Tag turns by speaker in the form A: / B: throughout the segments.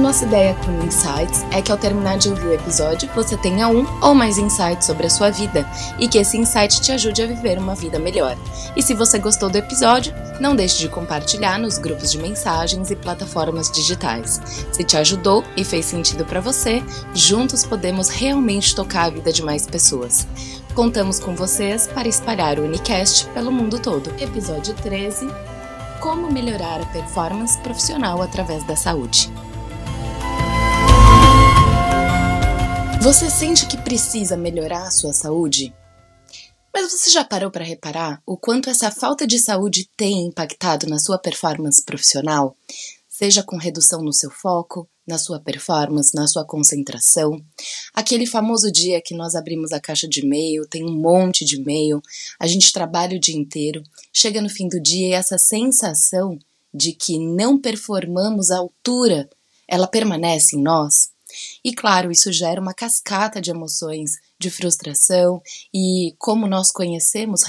A: nossa ideia com o Insights é que ao terminar de ouvir o episódio, você tenha um ou mais insights sobre a sua vida e que esse insight te ajude a viver uma vida melhor. E se você gostou do episódio, não deixe de compartilhar nos grupos de mensagens e plataformas digitais. Se te ajudou e fez sentido para você, juntos podemos realmente tocar a vida de mais pessoas. Contamos com vocês para espalhar o Unicast pelo mundo todo. Episódio 13: Como melhorar a performance profissional através da saúde. Você sente que precisa melhorar a sua saúde? Mas você já parou para reparar o quanto essa falta de saúde tem impactado na sua performance profissional? Seja com redução no seu foco, na sua performance, na sua concentração. Aquele famoso dia que nós abrimos a caixa de e-mail, tem um monte de e-mail, a gente trabalha o dia inteiro, chega no fim do dia e essa sensação de que não performamos à altura, ela permanece em nós? E claro, isso gera uma cascata de emoções, de frustração e, como nós conhecemos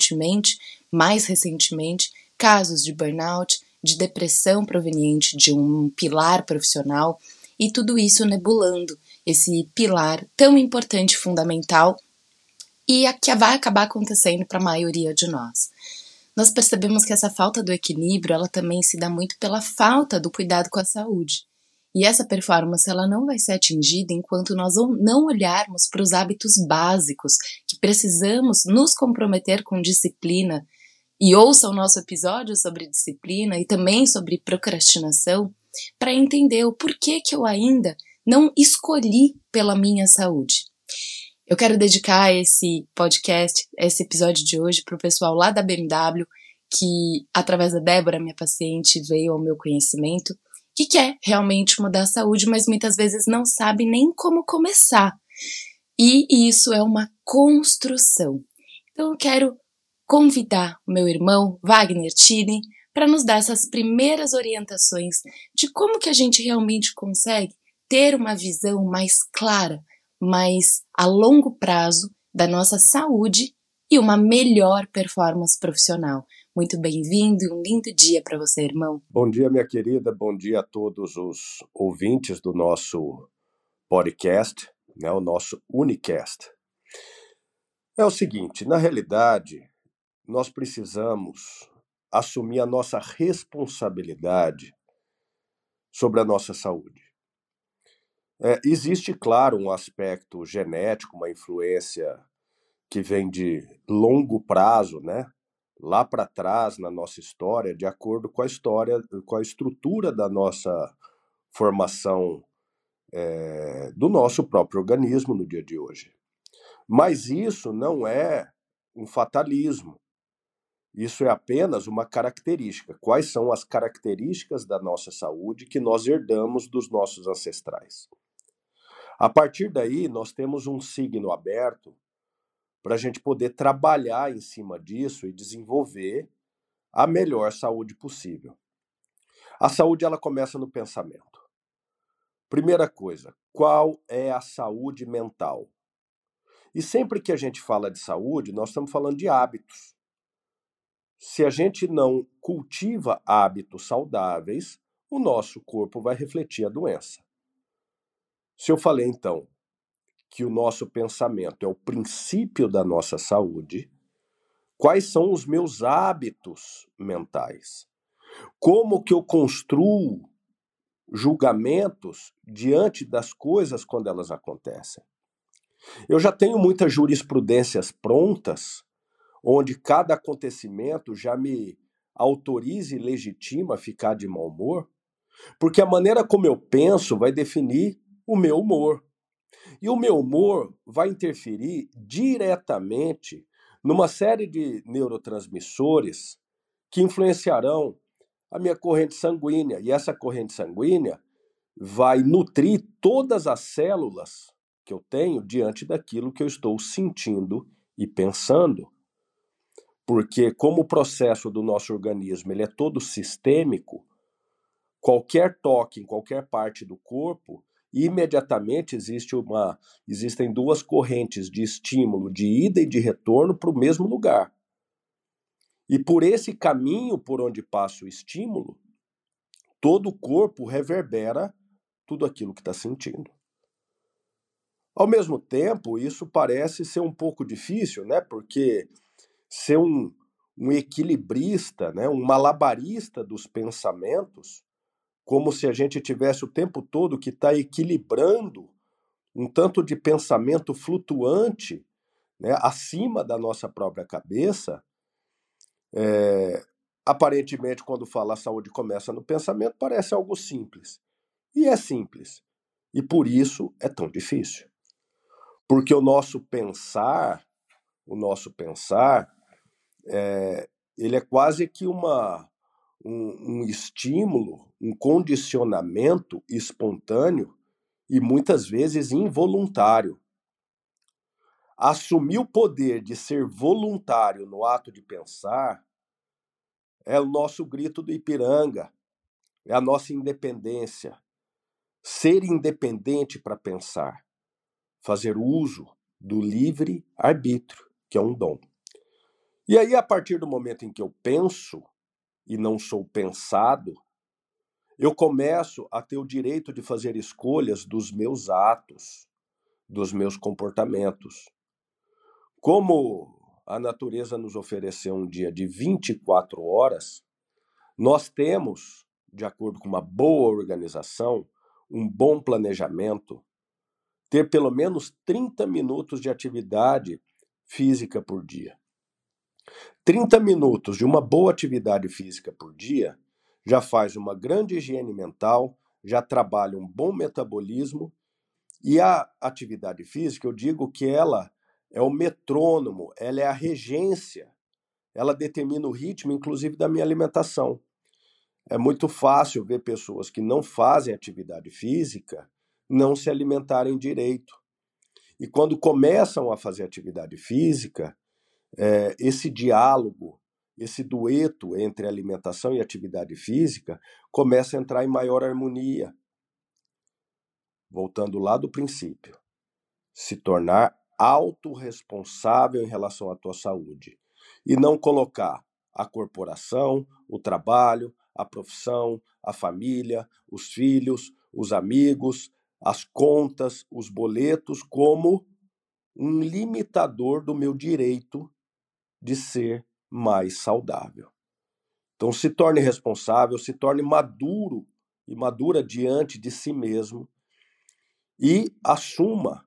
A: mais recentemente, casos de burnout, de depressão proveniente de um pilar profissional e tudo isso nebulando esse pilar tão importante e fundamental e que vai acabar acontecendo para a maioria de nós. Nós percebemos que essa falta do equilíbrio, ela também se dá muito pela falta do cuidado com a saúde. E essa performance ela não vai ser atingida enquanto nós não olharmos para os hábitos básicos que precisamos nos comprometer com disciplina. E ouça o nosso episódio sobre disciplina e também sobre procrastinação para entender o porquê que eu ainda não escolhi pela minha saúde. Eu quero dedicar esse podcast, esse episódio de hoje para o pessoal lá da BMW que, através da Débora, minha paciente, veio ao meu conhecimento, que quer realmente mudar a saúde, mas muitas vezes não sabe nem como começar. E isso é uma construção. Então eu quero convidar o meu irmão, Wagner Tini, para nos dar essas primeiras orientações de como que a gente realmente consegue ter uma visão mais clara, mais a longo prazo da nossa saúde e uma melhor performance profissional. Muito bem-vindo e um lindo dia para você, irmão.
B: Bom dia, minha querida. Bom dia a todos os ouvintes do nosso podcast, o nosso Unicast. É o seguinte, na realidade, nós precisamos assumir a nossa responsabilidade sobre a nossa saúde. Existe, claro, um aspecto genético, uma influência que vem de longo prazo, lá para trás na nossa história, de acordo com a estrutura da nossa formação do nosso próprio organismo no dia de hoje. Mas isso não é um fatalismo. Isso é apenas uma característica. Quais são as características da nossa saúde que nós herdamos dos nossos ancestrais? A partir daí, nós temos um signo aberto para a gente poder trabalhar em cima disso e desenvolver a melhor saúde possível. A saúde ela começa no pensamento. Primeira coisa, qual é a saúde mental? E sempre que a gente fala de saúde, nós estamos falando de hábitos. Se a gente não cultiva hábitos saudáveis, o nosso corpo vai refletir a doença. Se eu falei, então, que o nosso pensamento é o princípio da nossa saúde, quais são os meus hábitos mentais? Como que eu construo julgamentos diante das coisas quando elas acontecem? Eu já tenho muitas jurisprudências prontas, onde cada acontecimento já me autoriza e legitima a ficar de mau humor, porque a maneira como eu penso vai definir o meu humor. E o meu humor vai interferir diretamente numa série de neurotransmissores que influenciarão a minha corrente sanguínea. E essa corrente sanguínea vai nutrir todas as células que eu tenho diante daquilo que eu estou sentindo e pensando. Porque como o processo do nosso organismo ele é todo sistêmico, qualquer toque em qualquer parte do corpo, imediatamente existem duas correntes de estímulo de ida e de retorno para o mesmo lugar. E por esse caminho por onde passa o estímulo, todo o corpo reverbera tudo aquilo que está sentindo. Ao mesmo tempo, isso parece ser um pouco difícil, né? Porque ser um equilibrista, né? Um malabarista dos pensamentos, como se a gente tivesse o tempo todo que está equilibrando um tanto de pensamento flutuante, né, acima da nossa própria cabeça. Aparentemente, quando fala a saúde começa no pensamento, parece algo simples. E é simples. E por isso é tão difícil. Porque o nosso pensar, ele é quase que um estímulo, um condicionamento espontâneo e muitas vezes involuntário. Assumir o poder de ser voluntário no ato de pensar é o nosso grito do Ipiranga, é a nossa independência. Ser independente para pensar, fazer uso do livre arbítrio, que é um dom. E aí, a partir do momento em que eu penso e não sou pensado, eu começo a ter o direito de fazer escolhas dos meus atos, dos meus comportamentos. Como a natureza nos ofereceu um dia de 24 horas, nós temos, de acordo com uma boa organização, um bom planejamento, ter pelo menos 30 minutos de atividade física por dia. 30 minutos de uma boa atividade física por dia já faz uma grande higiene mental, já trabalha um bom metabolismo, e a atividade física, eu digo que ela é o metrônomo, ela é a regência, ela determina o ritmo, inclusive, da minha alimentação. É muito fácil ver pessoas que não fazem atividade física não se alimentarem direito. E quando começam a fazer atividade física, esse diálogo, esse dueto entre alimentação e atividade física começa a entrar em maior harmonia. Voltando lá do princípio, se tornar autorresponsável em relação à tua saúde e não colocar a corporação, o trabalho, a profissão, a família, os filhos, os amigos, as contas, os boletos como um limitador do meu direito de ser mais saudável. Então, se torne responsável, se torne maduro e madura diante de si mesmo e assuma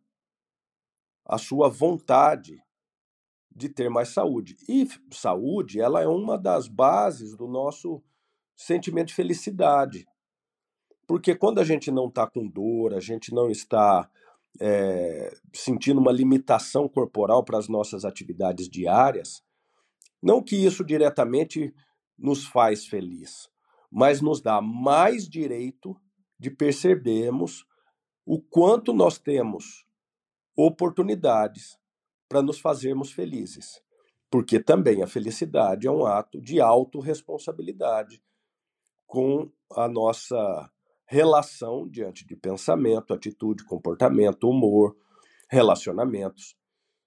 B: a sua vontade de ter mais saúde. E saúde, ela é uma das bases do nosso sentimento de felicidade. Porque quando a gente não está com dor, a gente não está sentindo uma limitação corporal para as nossas atividades diárias, não que isso diretamente nos faz feliz, mas nos dá mais direito de percebermos o quanto nós temos oportunidades para nos fazermos felizes. Porque também a felicidade é um ato de autorresponsabilidade com a nossa relação diante de pensamento, atitude, comportamento, humor, relacionamentos.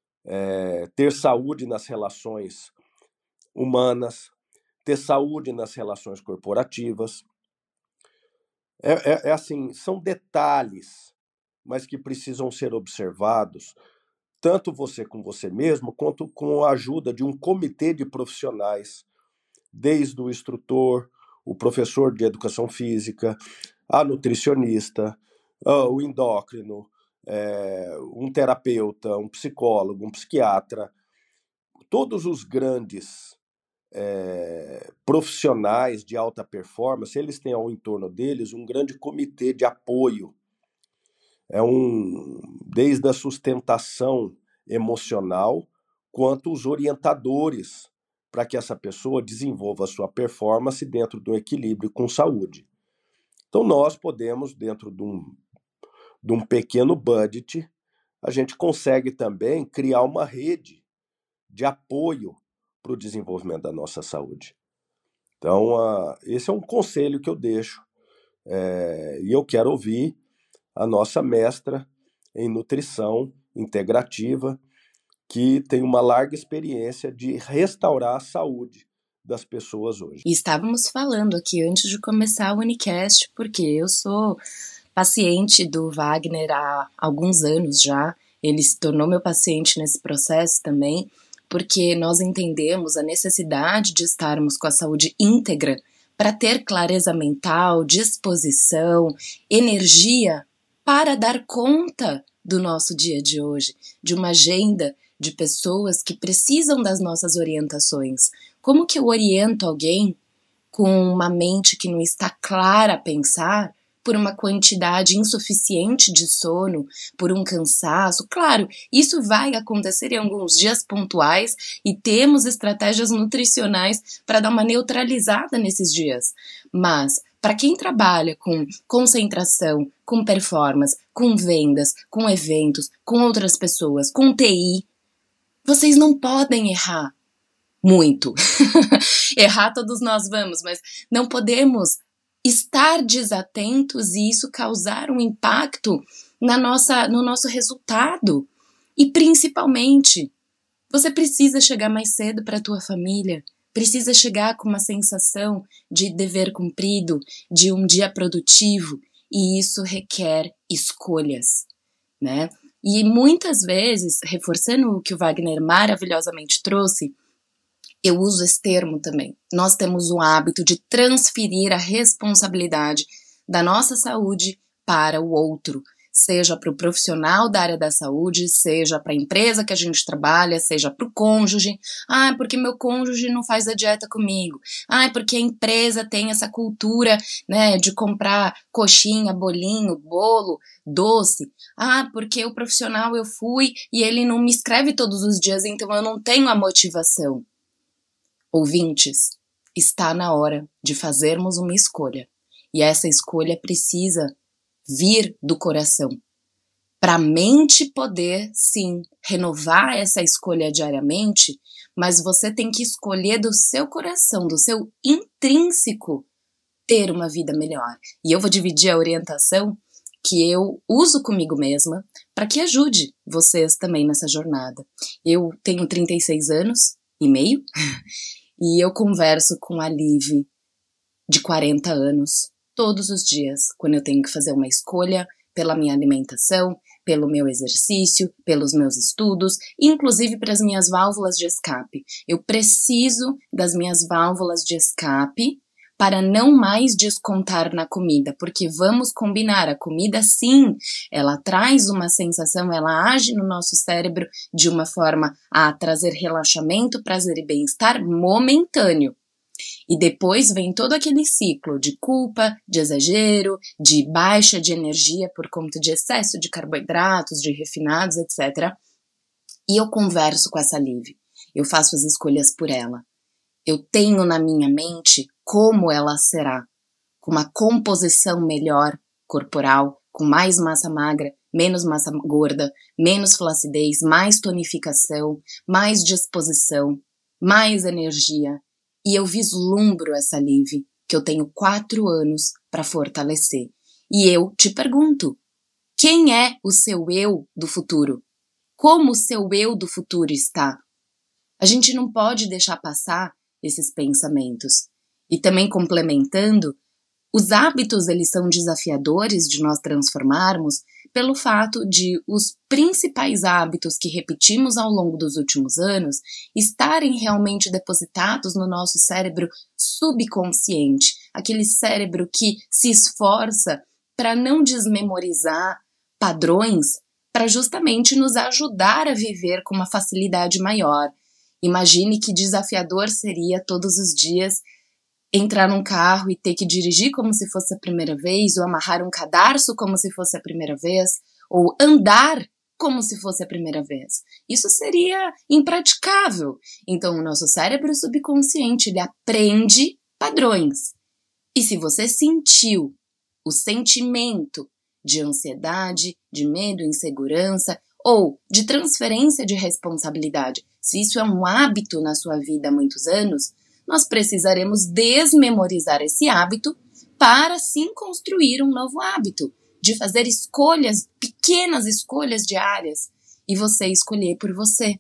B: Ter saúde nas relações humanas, ter saúde nas relações corporativas. Assim, são detalhes, mas que precisam ser observados, tanto você com você mesmo, quanto com a ajuda de um comitê de profissionais, desde o instrutor, o professor de educação física, a nutricionista, o endócrino, um terapeuta, um psicólogo, um psiquiatra, todos os grandes profissionais de alta performance, eles têm ao entorno deles um grande comitê de apoio. Desde a sustentação emocional, quanto os orientadores para que essa pessoa desenvolva a sua performance dentro de um equilíbrio com saúde. Então nós podemos, dentro de um pequeno budget, a gente consegue também criar uma rede de apoio para o desenvolvimento da nossa saúde. Então, esse é um conselho que eu deixo. E eu quero ouvir a nossa mestra em nutrição integrativa, que tem uma larga experiência de restaurar a saúde das pessoas hoje.
A: E estávamos falando aqui antes de começar o Unicast, porque eu sou paciente do Wagner há alguns anos já. Ele se tornou meu paciente nesse processo também, porque nós entendemos a necessidade de estarmos com a saúde íntegra para ter clareza mental, disposição, energia para dar conta do nosso dia de hoje, de uma agenda de pessoas que precisam das nossas orientações. Como que eu oriento alguém com uma mente que não está clara a pensar, por uma quantidade insuficiente de sono, por um cansaço? Claro, isso vai acontecer em alguns dias pontuais e temos estratégias nutricionais para dar uma neutralizada nesses dias. Mas, para quem trabalha com concentração, com performance, com vendas, com eventos, com outras pessoas, com TI, vocês não podem errar muito. Errar todos nós vamos, mas não podemos estar desatentos e isso causar um impacto no nosso resultado. E principalmente, você precisa chegar mais cedo para a tua família, precisa chegar com uma sensação de dever cumprido, de um dia produtivo, e isso requer escolhas, né? E muitas vezes, reforçando o que o Wagner maravilhosamente trouxe, eu uso esse termo também. Nós temos o hábito de transferir a responsabilidade da nossa saúde para o outro, seja para o profissional da área da saúde, seja para a empresa que a gente trabalha, seja para o cônjuge. Ah, porque meu cônjuge não faz a dieta comigo. Ah, porque a empresa tem essa cultura, né, de comprar coxinha, bolinho, bolo, doce. Ah, porque o profissional eu fui e ele não me escreve todos os dias, então eu não tenho a motivação. Ouvintes, está na hora de fazermos uma escolha. E essa escolha precisa vir do coração. Para a mente poder, sim, renovar essa escolha diariamente, mas você tem que escolher do seu coração, do seu intrínseco, ter uma vida melhor. E eu vou dividir a orientação que eu uso comigo mesma para que ajude vocês também nessa jornada. Eu tenho 36 anos e meio e eu converso com a Liv de 40 anos todos os dias, quando eu tenho que fazer uma escolha pela minha alimentação, pelo meu exercício, pelos meus estudos, inclusive para as minhas válvulas de escape. Eu preciso das minhas válvulas de escape para não mais descontar na comida, porque vamos combinar, a comida sim, ela traz uma sensação, ela age no nosso cérebro de uma forma a trazer relaxamento, prazer e bem-estar momentâneo. E depois vem todo aquele ciclo de culpa, de exagero, de baixa de energia por conta de excesso de carboidratos, de refinados, etc. E eu converso com essa Liv, eu faço as escolhas por ela. Eu tenho na minha mente como ela será, com uma composição melhor corporal, com mais massa magra, menos massa gorda, menos flacidez, mais tonificação, mais disposição, mais energia. E eu vislumbro essa Liv, que eu tenho 4 anos para fortalecer. E eu te pergunto, quem é o seu eu do futuro? Como o seu eu do futuro está? A gente não pode deixar passar esses pensamentos. E também complementando, os hábitos eles são desafiadores de nós transformarmos pelo fato de os principais hábitos que repetimos ao longo dos últimos anos estarem realmente depositados no nosso cérebro subconsciente, aquele cérebro que se esforça para não desmemorizar padrões, para justamente nos ajudar a viver com uma facilidade maior. Imagine que desafiador seria todos os dias entrar num carro e ter que dirigir como se fosse a primeira vez, ou amarrar um cadarço como se fosse a primeira vez, ou andar como se fosse a primeira vez. Isso seria impraticável. Então, o nosso cérebro subconsciente, ele aprende padrões. E se você sentiu o sentimento de ansiedade, de medo, insegurança, ou de transferência de responsabilidade, se isso é um hábito na sua vida há muitos anos, nós precisaremos desmemorizar esse hábito para sim construir um novo hábito, de fazer escolhas, pequenas escolhas diárias, e você escolher por você.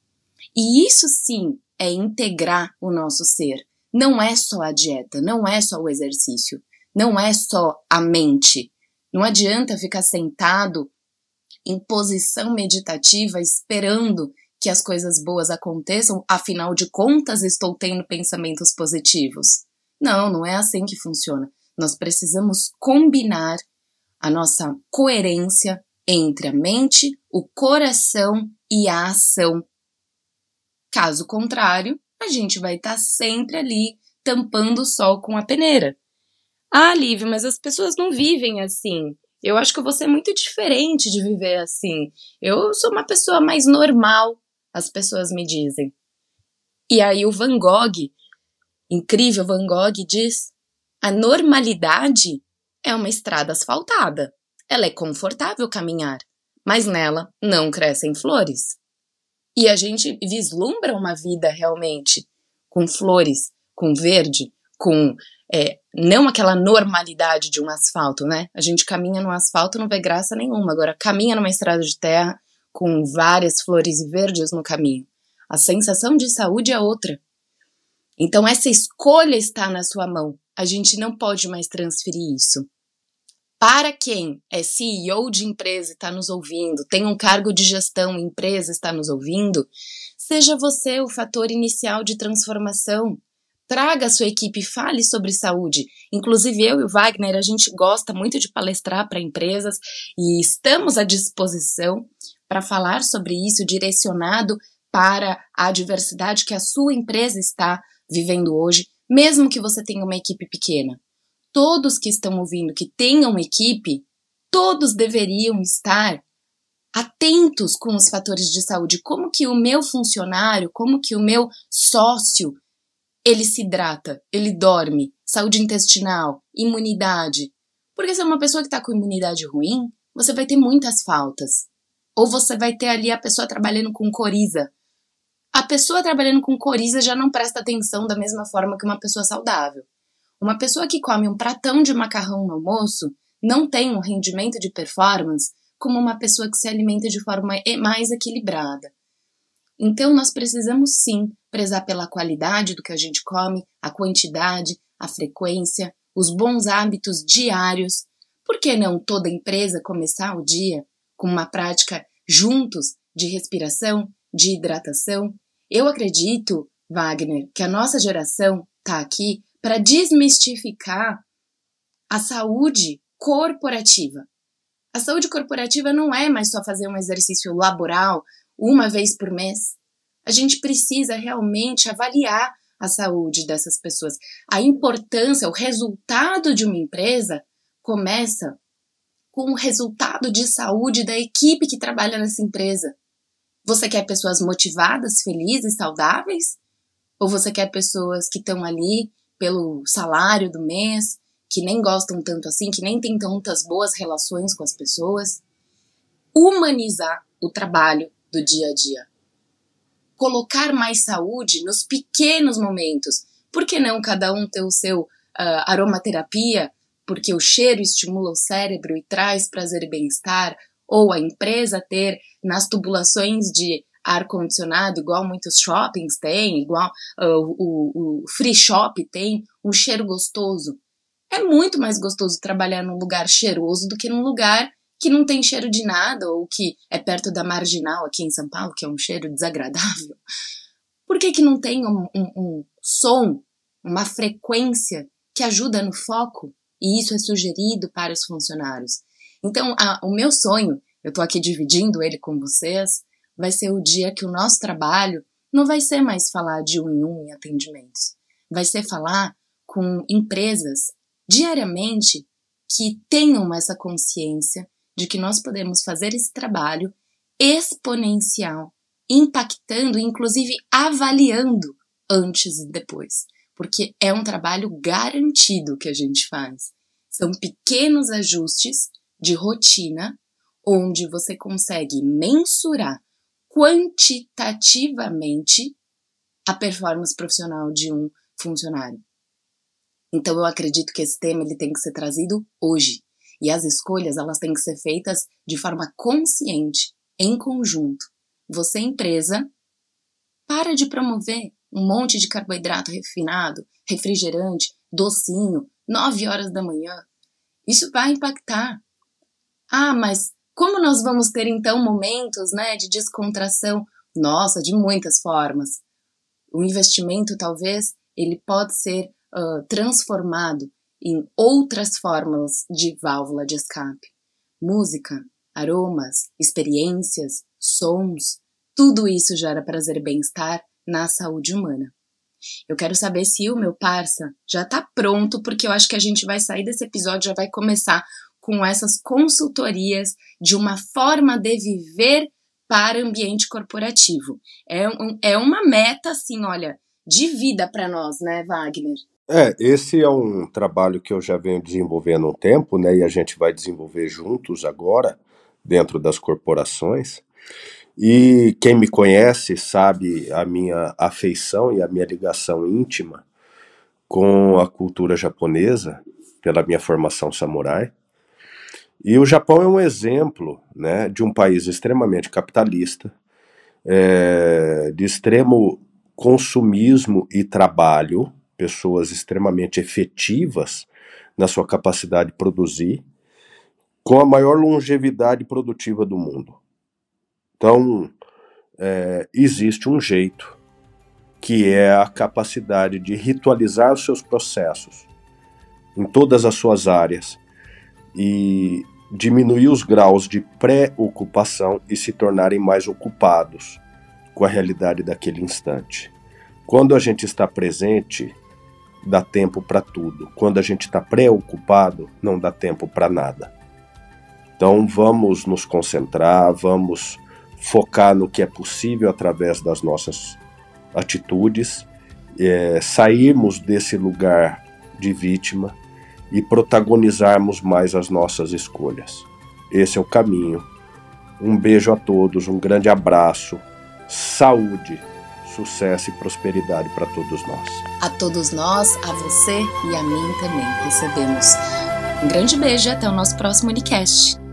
A: E isso sim é integrar o nosso ser. Não é só a dieta, não é só o exercício, não é só a mente, Não adianta ficar sentado em posição meditativa esperando que as coisas boas aconteçam, afinal de contas estou tendo pensamentos positivos. Não, não é assim que funciona. Nós precisamos combinar a nossa coerência entre a mente, o coração e a ação. Caso contrário, a gente vai estar sempre ali tampando o sol com a peneira. Ah, Lívia, mas as pessoas não vivem assim. Eu acho que eu vou ser muito diferente de viver assim. Eu sou uma pessoa mais normal, as pessoas me dizem. E aí o Van Gogh, incrível Van Gogh, diz: a normalidade é uma estrada asfaltada. Ela é confortável caminhar, mas nela não crescem flores. E a gente vislumbra uma vida realmente com flores, com verde, com não aquela normalidade de um asfalto, né? A gente caminha no asfalto e não vê graça nenhuma. Agora, caminha numa estrada de terra com várias flores e verdes no caminho. A sensação de saúde é outra. Então, essa escolha está na sua mão. A gente não pode mais transferir isso. Para quem é CEO de empresa e está nos ouvindo, tem um cargo de gestão, empresa está nos ouvindo, seja você o fator inicial de transformação. Traga a sua equipe, fale sobre saúde. Inclusive eu e o Wagner, a gente gosta muito de palestrar para empresas e estamos à disposição para falar sobre isso, direcionado para a diversidade que a sua empresa está vivendo hoje, mesmo que você tenha uma equipe pequena. Todos que estão ouvindo, que tenham equipe, todos deveriam estar atentos com os fatores de saúde. Como que o meu funcionário, como que o meu sócio, ele se hidrata, ele dorme, saúde intestinal, imunidade. Porque se é uma pessoa que está com imunidade ruim, você vai ter muitas faltas. Ou você vai ter ali a pessoa trabalhando com coriza. A pessoa trabalhando com coriza já não presta atenção da mesma forma que uma pessoa saudável. Uma pessoa que come um pratão de macarrão no almoço não tem um rendimento de performance como uma pessoa que se alimenta de forma mais equilibrada. Então, nós precisamos sim prezar pela qualidade do que a gente come, a quantidade, a frequência, os bons hábitos diários. Por que não toda empresa começar o dia com uma prática juntos de respiração, de hidratação? Eu acredito, Wagner, que a nossa geração está aqui para desmistificar a saúde corporativa. A saúde corporativa não é mais só fazer um exercício laboral uma vez por mês. A gente precisa realmente avaliar a saúde dessas pessoas. A importância, o resultado de uma empresa começa com o resultado de saúde da equipe que trabalha nessa empresa. Você quer pessoas motivadas, felizes, saudáveis? Ou você quer pessoas que estão ali pelo salário do mês, que nem gostam tanto assim, que nem têm tantas boas relações com as pessoas? Humanizar o trabalho do dia a dia. Colocar mais saúde nos pequenos momentos. Por que não cada um ter o seu aromaterapia, porque o cheiro estimula o cérebro e traz prazer e bem-estar, ou a empresa ter nas tubulações de ar-condicionado, igual muitos shoppings têm, igual o free shop tem, um cheiro gostoso. É muito mais gostoso trabalhar num lugar cheiroso do que num lugar que não tem cheiro de nada, ou que é perto da Marginal aqui em São Paulo, que é um cheiro desagradável. Por que não tem um som, uma frequência que ajuda no foco? E isso é sugerido para os funcionários. Então, o meu sonho, eu estou aqui dividindo ele com vocês, vai ser o dia que o nosso trabalho não vai ser mais falar de um em um em atendimentos. Vai ser falar com empresas diariamente que tenham essa consciência de que nós podemos fazer esse trabalho exponencial, impactando, inclusive avaliando antes e depois. Porque é um trabalho garantido que a gente faz. São pequenos ajustes de rotina onde você consegue mensurar quantitativamente a performance profissional de um funcionário. Então eu acredito que esse tema ele tem que ser trazido hoje. E as escolhas elas têm que ser feitas de forma consciente, em conjunto. Você, empresa, para de promover um monte de carboidrato refinado, refrigerante, docinho, 9 horas da manhã. Isso vai impactar. Mas como nós vamos ter então momentos, né, de descontração? Nossa, de muitas formas. O investimento talvez ele pode ser transformado em outras formas de válvula de escape. Música, aromas, experiências, sons, tudo isso gera prazer e bem-estar na saúde humana. Eu quero saber se o meu parça já tá pronto, porque eu acho que a gente vai sair desse episódio, já vai começar com essas consultorias de uma forma de viver para ambiente corporativo. É uma meta, assim, olha, de vida para nós, né, Wagner?
B: Esse é um trabalho que eu já venho desenvolvendo há um tempo, né? E a gente vai desenvolver juntos agora, dentro das corporações. E quem me conhece sabe a minha afeição e a minha ligação íntima com a cultura japonesa, pela minha formação samurai. E o Japão é um exemplo, né, de um país extremamente capitalista, de extremo consumismo e trabalho, pessoas extremamente efetivas na sua capacidade de produzir, com a maior longevidade produtiva do mundo. Então, existe um jeito, que é a capacidade de ritualizar os seus processos em todas as suas áreas e diminuir os graus de preocupação e se tornarem mais ocupados com a realidade daquele instante. Quando a gente está presente, dá tempo para tudo. Quando a gente está preocupado, não dá tempo para nada. Então vamos nos concentrar, vamos focar no que é possível através das nossas atitudes, sairmos desse lugar de vítima e protagonizarmos mais as nossas escolhas. Esse é o caminho. Um beijo a todos, um grande abraço, saúde, sucesso e prosperidade para todos nós.
A: A todos nós, a você e a mim também recebemos. Um grande beijo e até o nosso próximo Unicast.